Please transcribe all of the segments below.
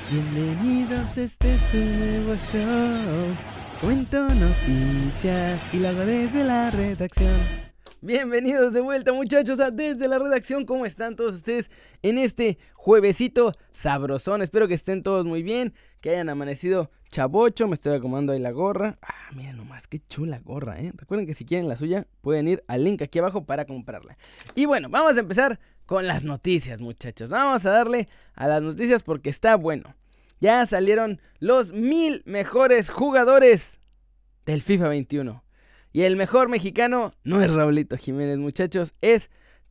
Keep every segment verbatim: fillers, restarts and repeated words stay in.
Bienvenidos, este es un nuevo show. Cuento noticias y lo hago desde la redacción. Bienvenidos de vuelta, muchachos, a Desde la Redacción. ¿Cómo están todos ustedes en este juevesito sabrosón? Espero que estén todos muy bien, que hayan amanecido chavocho. Me estoy acomodando ahí la gorra. Ah, miren nomás, qué chula gorra, ¿eh? Recuerden que si quieren la suya, pueden ir al link aquí abajo para comprarla. Y bueno, vamos a empezar con las noticias, muchachos. Vamos a darle a las noticias porque está bueno. Ya salieron los mil mejores jugadores del FIFA veintiuno. Y el mejor mexicano no es Raulito Jiménez, muchachos, es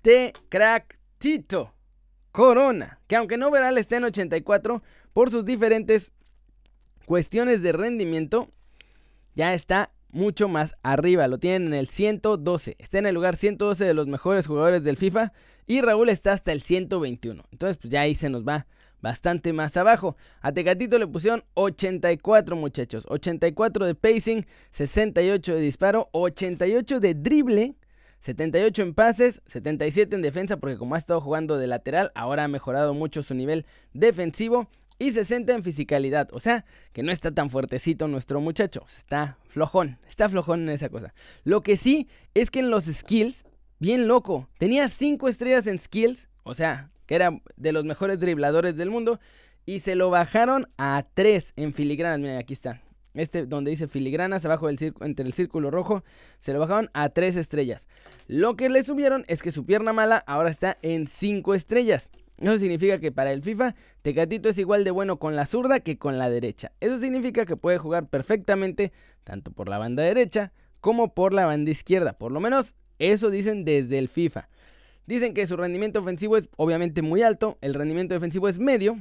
Tecatito Corona, que aunque no verá, está en ochenta y cuatro por sus diferentes cuestiones de rendimiento, ya está mucho más arriba. Lo tienen en el ciento doce, está en el lugar ciento doce de los mejores jugadores del FIFA, y Raúl está hasta el ciento veintiuno. Entonces pues ya ahí se nos va bastante más abajo. A Tecatito le pusieron ochenta y cuatro, muchachos, ochenta y cuatro de pacing, sesenta y ocho de disparo, ochenta y ocho de drible, setenta y ocho en pases, setenta y siete en defensa, porque como ha estado jugando de lateral, ahora ha mejorado mucho su nivel defensivo, y sesenta en fisicalidad. O sea, que no está tan fuertecito nuestro muchacho, está flojón, está flojón en esa cosa. Lo que sí es que en los skills, bien loco, tenía cinco estrellas en skills, o sea, que era de los mejores dribladores del mundo, y se lo bajaron a tres en filigranas. Miren, aquí está, este donde dice filigranas, abajo del círculo, entre el círculo rojo, se lo bajaron a tres estrellas. Lo que le subieron es que su pierna mala ahora está en cinco estrellas. Eso significa que para el FIFA, Tecatito es igual de bueno con la zurda que con la derecha. Eso significa que puede jugar perfectamente tanto por la banda derecha como por la banda izquierda. Por lo menos eso dicen desde el FIFA. Dicen que su rendimiento ofensivo es obviamente muy alto, el rendimiento defensivo es medio,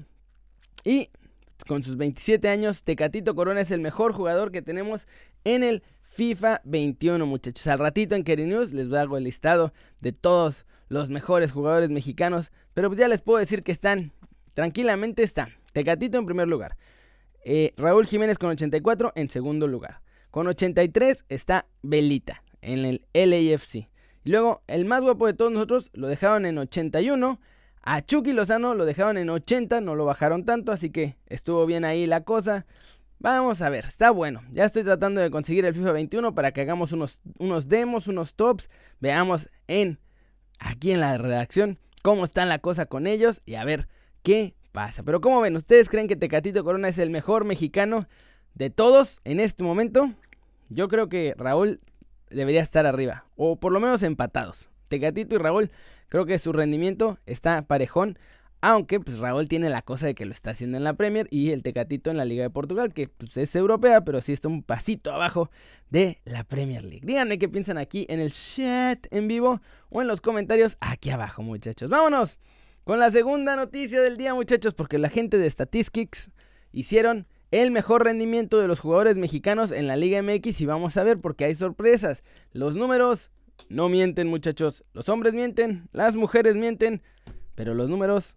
y con sus veintisiete años, Tecatito Corona es el mejor jugador que tenemos en el FIFA veintiuno, muchachos. Al ratito en Keri News les hago el listado de todos los mejores jugadores mexicanos, pero pues ya les puedo decir que están, tranquilamente están, Tecatito en primer lugar, eh, Raúl Jiménez con ochenta y cuatro en segundo lugar, con ochenta y tres está Belita en el L A F C. Y luego, el más guapo de todos nosotros lo dejaron en ochenta y uno. A Chucky Lozano lo dejaron en ochenta, no lo bajaron tanto, así que estuvo bien ahí la cosa. Vamos a ver, está bueno. Ya estoy tratando de conseguir el FIFA veintiuno para que hagamos unos, unos demos, unos tops. Veamos en aquí en la redacción cómo está la cosa con ellos y a ver qué pasa. Pero como ven, ¿ustedes creen que Tecatito Corona es el mejor mexicano de todos en este momento? Yo creo que Raúl debería estar arriba, o por lo menos empatados. Tecatito y Raúl, creo que su rendimiento está parejón, aunque pues Raúl tiene la cosa de que lo está haciendo en la Premier y el Tecatito en la Liga de Portugal, que pues es europea, pero sí está un pasito abajo de la Premier League. Díganme qué piensan aquí en el chat en vivo o en los comentarios aquí abajo, muchachos. Vámonos con la segunda noticia del día, muchachos, porque la gente de Statistics hicieron el mejor rendimiento de los jugadores mexicanos en la Liga M X, y vamos a ver porque hay sorpresas. Los números no mienten, muchachos. Los hombres mienten, las mujeres mienten, pero los números,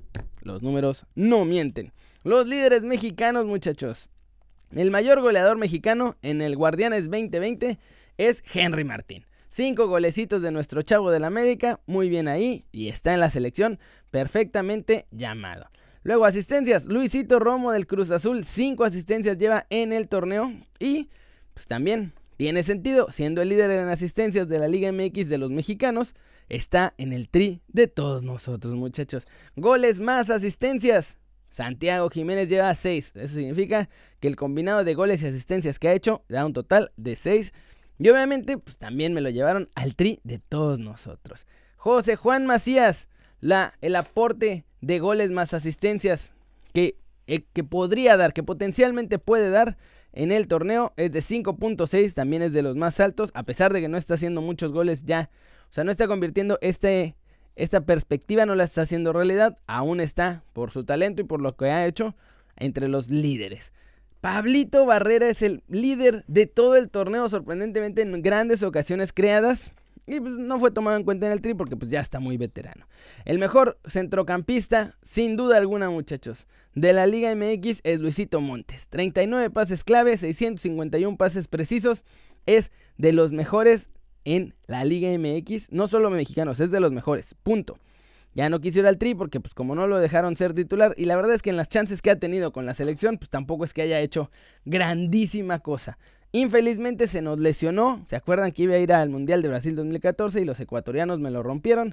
los números no mienten. Los líderes mexicanos, muchachos. El mayor goleador mexicano en el Guardianes veinte veinte es Henry Martín. Cinco golecitos de nuestro chavo del América, muy bien ahí, y está en la selección perfectamente llamado. Luego asistencias, Luisito Romo del Cruz Azul, cinco asistencias lleva en el torneo, y pues también tiene sentido, siendo el líder en asistencias de la Liga M X de los mexicanos, está en el tri de todos nosotros, muchachos. Goles más asistencias, Santiago Jiménez lleva seis, eso significa que el combinado de goles y asistencias que ha hecho da un total de seis, y obviamente pues también me lo llevaron al tri de todos nosotros. José Juan Macías, la, el aporte de goles más asistencias que, eh, que podría dar, que potencialmente puede dar en el torneo es de cinco punto seis, también es de los más altos, a pesar de que no está haciendo muchos goles ya, o sea, no está convirtiendo este, esta perspectiva, no la está haciendo realidad, aún está por su talento y por lo que ha hecho entre los líderes. Pablito Barrera es el líder de todo el torneo, sorprendentemente en grandes ocasiones creadas, y pues no fue tomado en cuenta en el tri porque pues ya está muy veterano. El mejor centrocampista, sin duda alguna, muchachos, de la Liga M X es Luisito Montes. treinta y nueve pases clave, seiscientos cincuenta y uno pases precisos. Es de los mejores en la Liga M X, no solo mexicanos, es de los mejores, punto. Ya no quiso ir al Tri porque pues como no lo dejaron ser titular, y la verdad es que en las chances que ha tenido con la selección, pues tampoco es que haya hecho grandísima cosa. Infelizmente se nos lesionó, ¿se acuerdan que iba a ir al Mundial de Brasil dos mil catorce y los ecuatorianos me lo rompieron?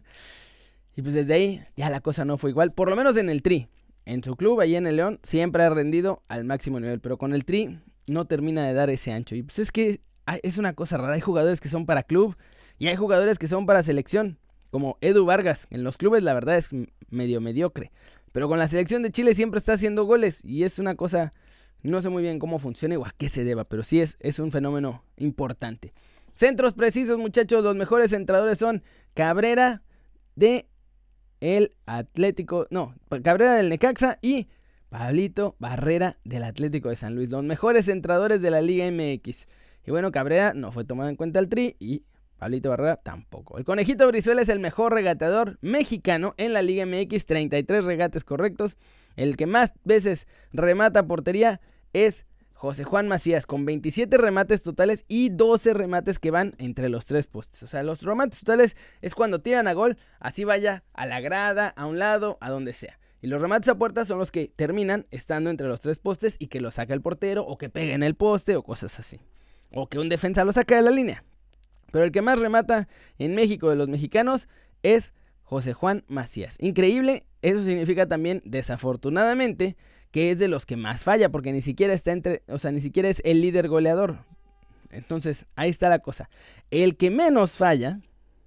Y pues desde ahí ya la cosa no fue igual, por lo menos en el Tri. En su club, ahí en el León, siempre ha rendido al máximo nivel, pero con el Tri no termina de dar ese ancho. Y pues es que es una cosa rara, hay jugadores que son para club y hay jugadores que son para selección, como Edu Vargas. En los clubes la verdad es medio mediocre, pero con la selección de Chile siempre está haciendo goles y es una cosa, no sé muy bien cómo funciona o a qué se deba, pero sí es, es un fenómeno importante. Centros precisos, muchachos, los mejores centradores son Cabrera de el Atlético, no, Cabrera del Necaxa y Pablito Barrera del Atlético de San Luis, los mejores centradores de la Liga M X. Y bueno, Cabrera no fue tomado en cuenta el Tri y Pablito Barrera tampoco. El Conejito Brizuela es el mejor regateador mexicano en la Liga M X, treinta y tres regates correctos. El que más veces remata a portería es José Juan Macías, con veintisiete remates totales y doce remates que van entre los tres postes. O sea, los remates totales es cuando tiran a gol, así vaya a la grada, a un lado, a donde sea. Y los remates a puerta son los que terminan estando entre los tres postes y que lo saca el portero, o que pega en el poste, o cosas así. O que un defensa lo saca de la línea. Pero el que más remata en México de los mexicanos es José Juan Macías. Increíble, eso significa también, desafortunadamente, que es de los que más falla, porque ni siquiera está entre, o sea, ni siquiera es el líder goleador. Entonces, ahí está la cosa. El que menos falla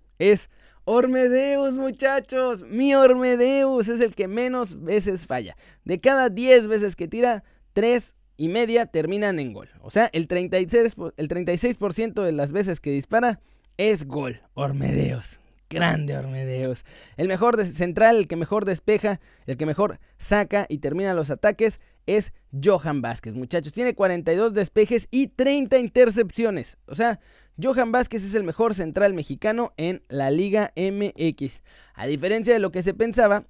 es Ormedeus, muchachos. Mi Ormedeus es el que menos veces falla. De cada diez veces que tira, tres y media terminan en gol. O sea, el treinta y seis por ciento, el treinta y seis por ciento de las veces que dispara es gol. Ormedeus. Grande Ormedeus. El mejor de central, el que mejor despeja, el que mejor saca y termina los ataques es Johan Vázquez, muchachos. Tiene cuarenta y dos despejes y treinta intercepciones. O sea, Johan Vázquez es el mejor central mexicano en la Liga M X. A diferencia de lo que se pensaba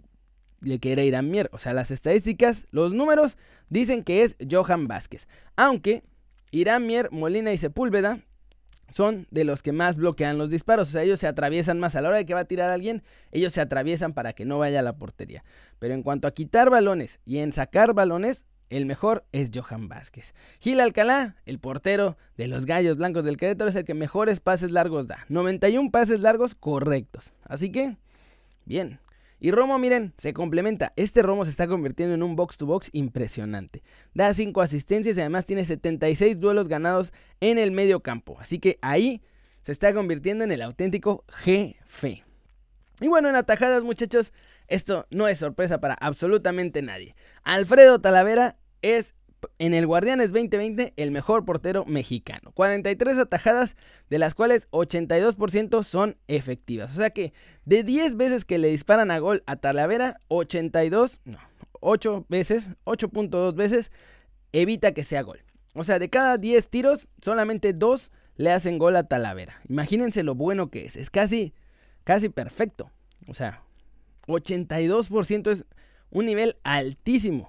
de que era Irán Mier. O sea, las estadísticas, los números dicen que es Johan Vázquez. Aunque Irán Mier, Molina y Sepúlveda son de los que más bloquean los disparos. O sea, ellos se atraviesan más. A la hora de que va a tirar a alguien, ellos se atraviesan para que no vaya a la portería. Pero en cuanto a quitar balones y en sacar balones, el mejor es Johan Vázquez. Gil Alcalá, el portero de los Gallos Blancos del Querétaro, es el que mejores pases largos da. noventa y uno pases largos correctos. Así que, bien. Y Romo, miren, se complementa. Este Romo se está convirtiendo en un box to box impresionante. Da cinco asistencias y además tiene setenta y seis duelos ganados en el medio campo. Así que ahí se está convirtiendo en el auténtico jefe. Y bueno, en atajadas, muchachos, esto no es sorpresa para absolutamente nadie. Alfredo Talavera es, en el Guardianes veinte veinte, el mejor portero mexicano. cuarenta y tres atajadas, de las cuales ochenta y dos por ciento son efectivas. O sea que de diez veces que le disparan a gol a Talavera, ochenta y dos, no, ocho veces, ocho punto dos veces evita que sea gol. O sea, de cada diez tiros, solamente dos le hacen gol a Talavera. Imagínense lo bueno que es. Es casi, casi perfecto. O sea, ochenta y dos por ciento es un nivel altísimo.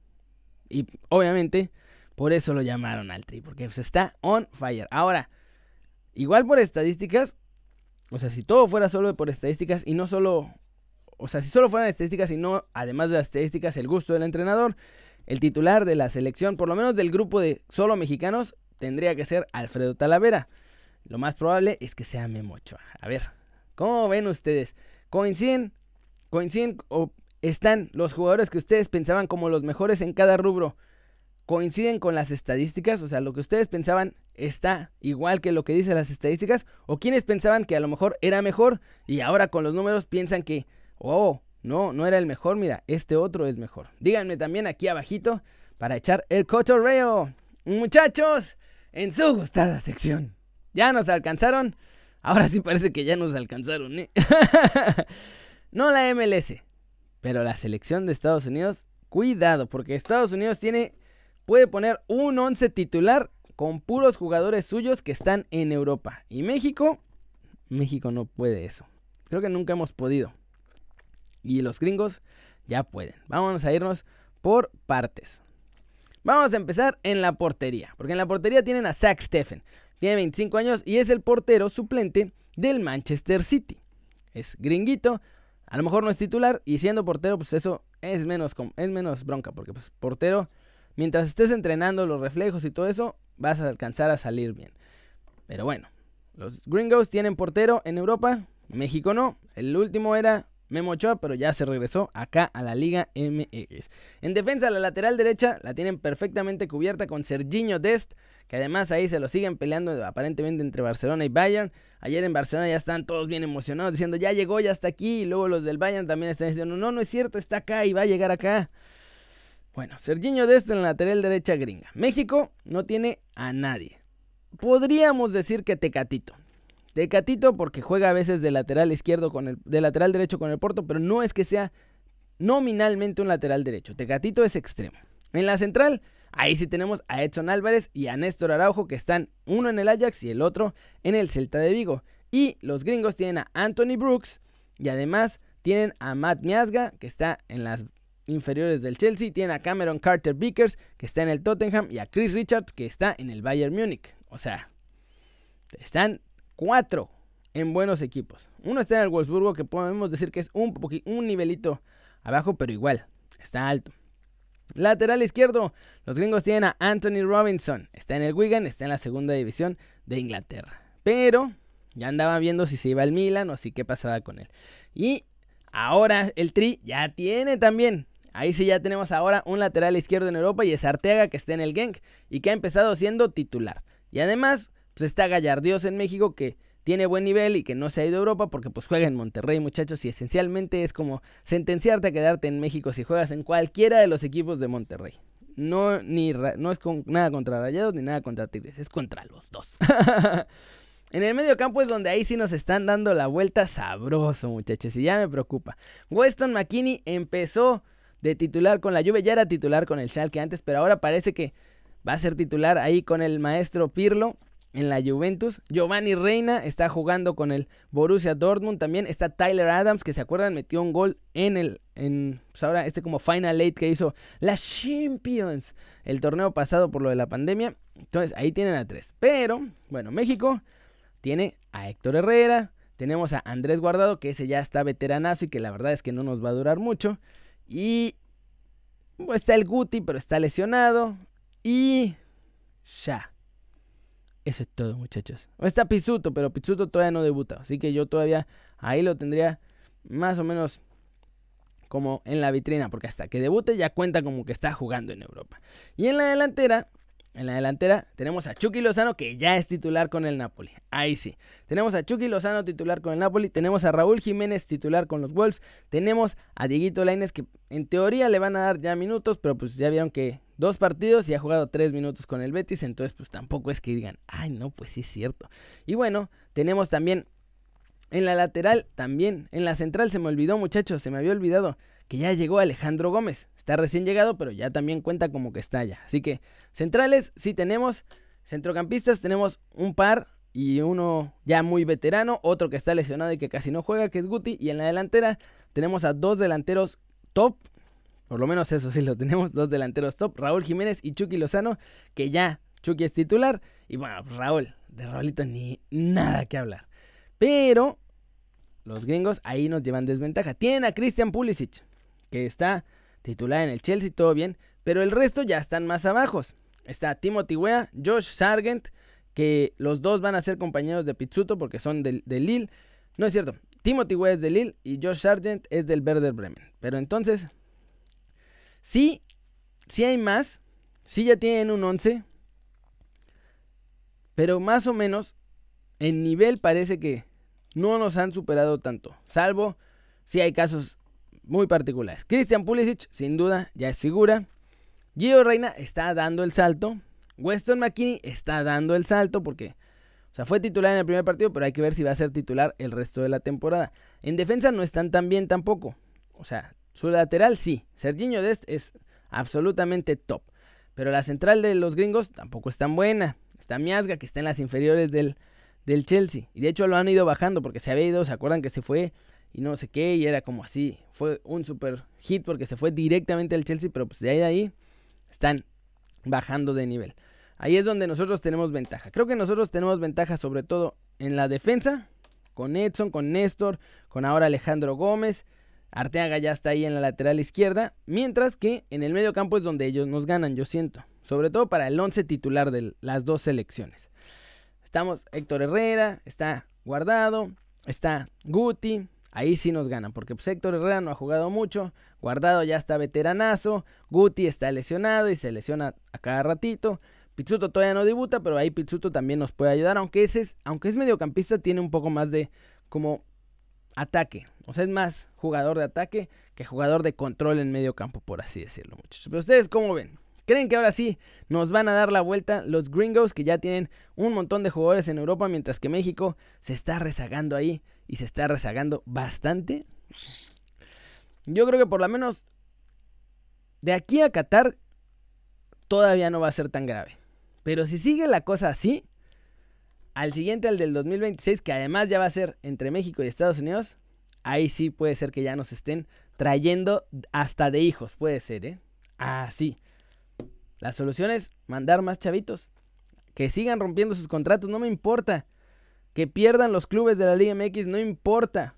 Y obviamente por eso lo llamaron al Tri, porque pues está on fire. Ahora, igual por estadísticas, o sea, si todo fuera solo por estadísticas y no solo, o sea, si solo fueran estadísticas y no, además de las estadísticas, el gusto del entrenador, el titular de la selección, por lo menos del grupo de solo mexicanos, tendría que ser Alfredo Talavera. Lo más probable es que sea Memo Ochoa. A ver, ¿cómo ven ustedes? ¿Coinciden? ¿Coinciden o están los jugadores que ustedes pensaban como los mejores en cada rubro? ¿Coinciden con las estadísticas? O sea, lo que ustedes pensaban está igual que lo que dicen las estadísticas. ¿O quienes pensaban que a lo mejor era mejor y ahora con los números piensan que, oh, no, no era el mejor, mira, este otro es mejor? Díganme también aquí abajito para echar el cotorreo. Muchachos, en su gustada sección. ¿Ya nos alcanzaron? Ahora sí parece que ya nos alcanzaron, ¿eh? No la M L S, pero la selección de Estados Unidos, cuidado, porque Estados Unidos tiene, puede poner un once titular con puros jugadores suyos que están en Europa. Y México, México no puede eso. Creo que nunca hemos podido. Y los gringos ya pueden. Vamos a irnos por partes. Vamos a empezar en la portería, porque en la portería tienen a Zach Steffen. Tiene veinticinco años y es el portero suplente del Manchester City. Es gringuito. A lo mejor no es titular y siendo portero, pues eso es menos, es menos bronca, porque pues portero, mientras estés entrenando los reflejos y todo eso, vas a alcanzar a salir bien. Pero bueno, los Gringos tienen portero en Europa, México no. El último era Memo Ochoa, pero ya se regresó acá a la Liga M X. En defensa, la lateral derecha la tienen perfectamente cubierta con Sergiño Dest, que además ahí se lo siguen peleando aparentemente entre Barcelona y Bayern. Ayer en Barcelona ya están todos bien emocionados diciendo ya llegó, ya está aquí, y luego los del Bayern también están diciendo no, no es cierto, está acá y va a llegar acá. Bueno, Sergiño Dest en la lateral derecha gringa. México no tiene a nadie. Podríamos decir que Tecatito. Tecatito porque juega a veces de lateral izquierdo con el, de lateral derecho con el Porto, pero no es que sea nominalmente un lateral derecho. Tecatito es extremo. En la central, ahí sí tenemos a Edson Álvarez y a Néstor Araujo, que están uno en el Ajax y el otro en el Celta de Vigo. Y los gringos tienen a Anthony Brooks y además tienen a Matt Miazga, que está en las inferiores del Chelsea. Tienen a Cameron Carter Vickers, que está en el Tottenham, y a Chris Richards, que está en el Bayern Múnich. O sea, están cuatro en buenos equipos. Uno está en el Wolfsburgo, que podemos decir que es un, un nivelito abajo, pero igual, está alto. Lateral izquierdo, los gringos tienen a Anthony Robinson. Está en el Wigan, está en la segunda división de Inglaterra. Pero ya andaba viendo si se iba al Milan o si qué pasaba con él. Y ahora el Tri ya tiene también. Ahí sí ya tenemos ahora un lateral izquierdo en Europa y es Arteaga, que está en el Genk y que ha empezado siendo titular. Y además pues está Gallardios en México, que tiene buen nivel y que no se ha ido a Europa porque pues juega en Monterrey, muchachos, y esencialmente es como sentenciarte a quedarte en México si juegas en cualquiera de los equipos de Monterrey. No, ni, no es con, nada contra Rayados ni nada contra Tigres, es contra los dos. En el medio campo es donde ahí sí nos están dando la vuelta sabroso, muchachos, y ya me preocupa. Weston McKennie empezó de titular con la Juve, ya era titular con el Schalke antes, pero ahora parece que va a ser titular ahí con el maestro Pirlo en la Juventus. Giovanni Reina está jugando con el Borussia Dortmund. También está Tyler Adams, que se acuerdan metió un gol en el en pues ahora este como Final Eight que hizo la Champions el torneo pasado por lo de la pandemia. Entonces ahí tienen a tres. Pero bueno, México tiene a Héctor Herrera, tenemos a Andrés Guardado, que ese ya está veteranazo y que la verdad es que no nos va a durar mucho. Y pues, está el Guti, pero está lesionado. Y ya. Eso es todo, muchachos. O está Pizzuto, pero Pizzuto todavía no debuta. Así que yo todavía ahí lo tendría más o menos como en la vitrina. Porque hasta que debute ya cuenta como que está jugando en Europa. Y en la delantera, en la delantera tenemos a Chucky Lozano, que ya es titular con el Napoli. Ahí sí. Tenemos a Chucky Lozano titular con el Napoli. Tenemos a Raúl Jiménez titular con los Wolves. Tenemos a Dieguito Lainez, que en teoría le van a dar ya minutos, pero pues ya vieron que dos partidos y ha jugado tres minutos con el Betis, entonces pues tampoco es que digan, ay no, pues sí es cierto. Y bueno, tenemos también en la lateral, también en la central, se me olvidó, muchachos, se me había olvidado que ya llegó Alejandro Gómez. Está recién llegado, pero ya también cuenta como que está allá. Así que centrales sí tenemos, centrocampistas tenemos un par y uno ya muy veterano, otro que está lesionado y que casi no juega, que es Guti. Y en la delantera tenemos a dos delanteros top. Por lo menos eso sí lo tenemos, dos delanteros top, Raúl Jiménez y Chucky Lozano, que ya Chucky es titular. Y bueno, pues Raúl, de Raúlito ni nada que hablar. Pero los gringos ahí nos llevan desventaja. Tienen a Christian Pulisic, que está titular en el Chelsea, todo bien. Pero el resto ya están más abajo. Está Timothy Weah, Josh Sargent, que los dos van a ser compañeros de Pizzuto porque son del, del Lille. No es cierto, Timothy Weah es del Lille y Josh Sargent es del Werder Bremen. Pero entonces... Sí, sí hay más, sí ya tienen un once, pero más o menos en nivel parece que no nos han superado tanto, salvo si hay casos muy particulares. Christian Pulisic, sin duda, ya es figura. Gio Reyna está dando el salto. Weston McKennie está dando el salto porque, o sea, fue titular en el primer partido, pero hay que ver si va a ser titular el resto de la temporada. En defensa no están tan bien tampoco, o sea... Su lateral sí, Sergiño Dest es absolutamente top. Pero la central de los gringos tampoco es tan buena. Está Miazga, que está en las inferiores del, del Chelsea. Y de hecho lo han ido bajando porque se había ido, ¿se acuerdan que se fue? Y no sé qué, y era como así. Fue un super hit porque se fue directamente al Chelsea, pero pues de ahí de ahí están bajando de nivel. Ahí es donde nosotros tenemos ventaja. Creo que nosotros tenemos ventaja sobre todo en la defensa, con Edson, con Néstor, con ahora Alejandro Gómez. Arteaga ya está ahí en la lateral izquierda, mientras que en el medio campo es donde ellos nos ganan, yo siento. Sobre todo para el once titular de las dos selecciones. Estamos Héctor Herrera, está Guardado, está Guti. Ahí sí nos ganan, porque pues Héctor Herrera no ha jugado mucho, Guardado ya está veteranazo, Guti está lesionado y se lesiona a cada ratito. Pizzuto todavía no debuta, pero ahí Pizzuto también nos puede ayudar, aunque ese es, aunque es mediocampista, tiene un poco más de como ataque. O sea, es más jugador de ataque que jugador de control en medio campo, por así decirlo, muchachos. Pero ustedes, ¿cómo ven? ¿Creen que ahora sí nos van a dar la vuelta los gringos, que ya tienen un montón de jugadores en Europa, mientras que México se está rezagando ahí y se está rezagando bastante? Yo creo que por lo menos de aquí a Qatar todavía no va a ser tan grave. Pero si sigue la cosa así, al siguiente, al del dos mil veintiséis, que además ya va a ser entre México y Estados Unidos, ahí sí puede ser que ya nos estén trayendo hasta de hijos, puede ser, ¿eh? Ah, sí. La solución es mandar más chavitos, que sigan rompiendo sus contratos, no me importa. Que pierdan los clubes de la Liga M X, no importa.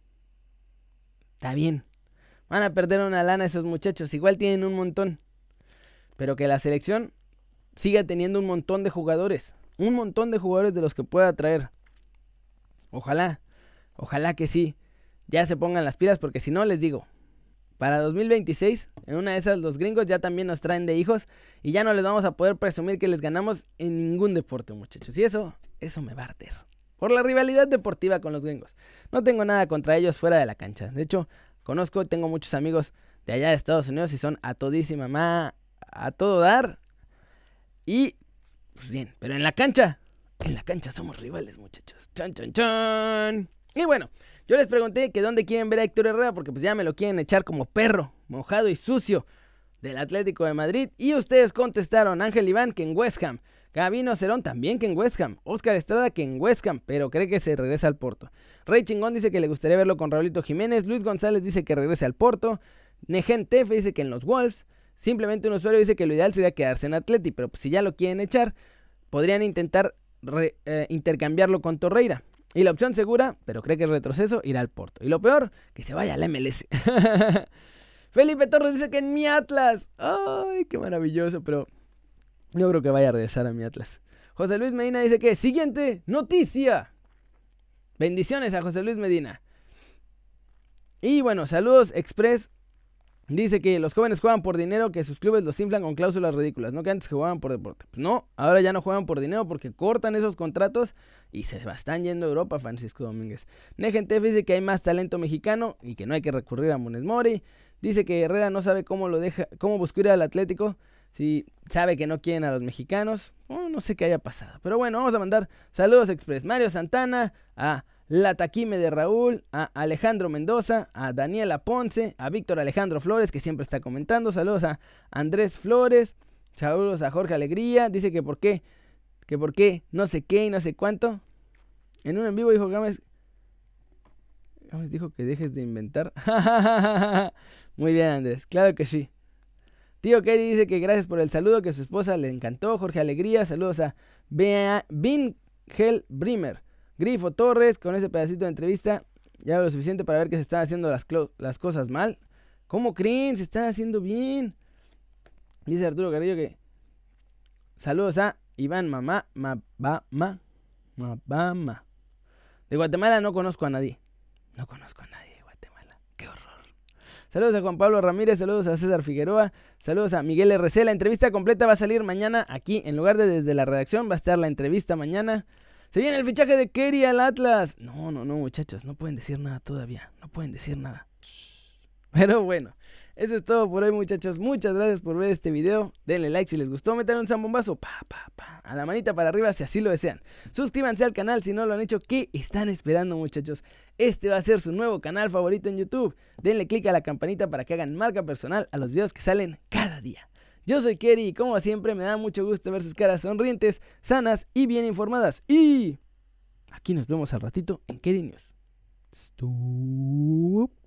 Está bien. Van a perder una lana esos muchachos, igual tienen un montón. Pero que la selección siga teniendo un montón de jugadores. Un montón de jugadores de los que pueda traer. Ojalá, ojalá que sí. Ya se pongan las pilas, porque si no, les digo, para dos mil veintiséis, en una de esas los gringos ya también nos traen de hijos y ya no les vamos a poder presumir que les ganamos en ningún deporte, muchachos. Y eso, eso me va a arder. Por la rivalidad deportiva con los gringos. No tengo nada contra ellos fuera de la cancha. De hecho, conozco, tengo muchos amigos de allá de Estados Unidos y son a todísima ma, a todo dar. Y, pues bien, pero en la cancha, en la cancha somos rivales, muchachos. Chan, chan, chan. Y bueno, yo les pregunté que dónde quieren ver a Héctor Herrera, porque pues ya me lo quieren echar como perro, mojado y sucio del Atlético de Madrid. Y ustedes contestaron, Ángel Iván, que en West Ham. Gabino Cerón también que en West Ham. Óscar Estrada que en West Ham, pero cree que se regresa al Porto. Rey Chingón dice que le gustaría verlo con Raulito Jiménez. Luis González dice que regrese al Porto. Nejen Tefe dice que en los Wolves. Simplemente un usuario dice que lo ideal sería quedarse en Atleti, pero pues si ya lo quieren echar, podrían intentar re, eh, intercambiarlo con Torreira. Y la opción segura, pero cree que es retroceso, irá al Porto. Y lo peor, que se vaya al M L S. Felipe Torres dice que en mi Atlas. Ay, qué maravilloso, pero yo creo que vaya a regresar a mi Atlas. José Luis Medina dice que siguiente noticia. Bendiciones a José Luis Medina. Y bueno, saludos Express. Dice que los jóvenes juegan por dinero, que sus clubes los inflan con cláusulas ridículas, no que antes jugaban por deporte. Pues no, ahora ya no juegan por dinero porque cortan esos contratos y se están yendo a Europa, Francisco Domínguez. Negentef dice que hay más talento mexicano y que no hay que recurrir a Funes Mori. Dice que Herrera no sabe cómo lo deja, cómo buscó ir al Atlético, si sabe que no quieren a los mexicanos. Oh, no sé qué haya pasado, pero bueno, vamos a mandar saludos Express. Mario Santana, a La Taquime de Raúl, a Alejandro Mendoza, a Daniela Ponce, a Víctor Alejandro Flores, que siempre está comentando. Saludos a Andrés Flores, saludos a Jorge Alegría. Dice que por qué, que por qué, no sé qué y no sé cuánto. En un en vivo dijo Gámez, Gámez dijo que dejes de inventar. Muy bien, Andrés, claro que sí. Tío Kerry dice que gracias por el saludo, que a su esposa le encantó. Jorge Alegría, saludos a Vingel Brimer. Grifo Torres, con ese pedacito de entrevista, ya lo suficiente para ver que se están haciendo las, las cosas mal. ¿Cómo creen? Se están haciendo bien. Dice Arturo Carrillo que saludos a Iván Mamá Mabama Mabama. De Guatemala no conozco a nadie. No conozco a nadie de Guatemala. Qué horror. Saludos a Juan Pablo Ramírez, saludos a César Figueroa, saludos a Miguel R C. La entrevista completa va a salir mañana aquí, en lugar de desde la redacción, va a estar la entrevista mañana. Se viene el fichaje de Kerry al Atlas. No, no, no, muchachos, no pueden decir nada todavía. No pueden decir nada. Pero bueno, eso es todo por hoy, muchachos. Muchas gracias por ver este video. Denle like si les gustó. Metan un zambombazo. Pa, pa, pa. A la manita para arriba si así lo desean. Suscríbanse al canal si no lo han hecho. ¿Qué están esperando, muchachos? Este va a ser su nuevo canal favorito en YouTube. Denle click a la campanita para que hagan marca personal a los videos que salen cada día. Yo soy Kerry y como siempre me da mucho gusto ver sus caras sonrientes, sanas y bien informadas. Y aquí nos vemos al ratito en Kerry News. Stop.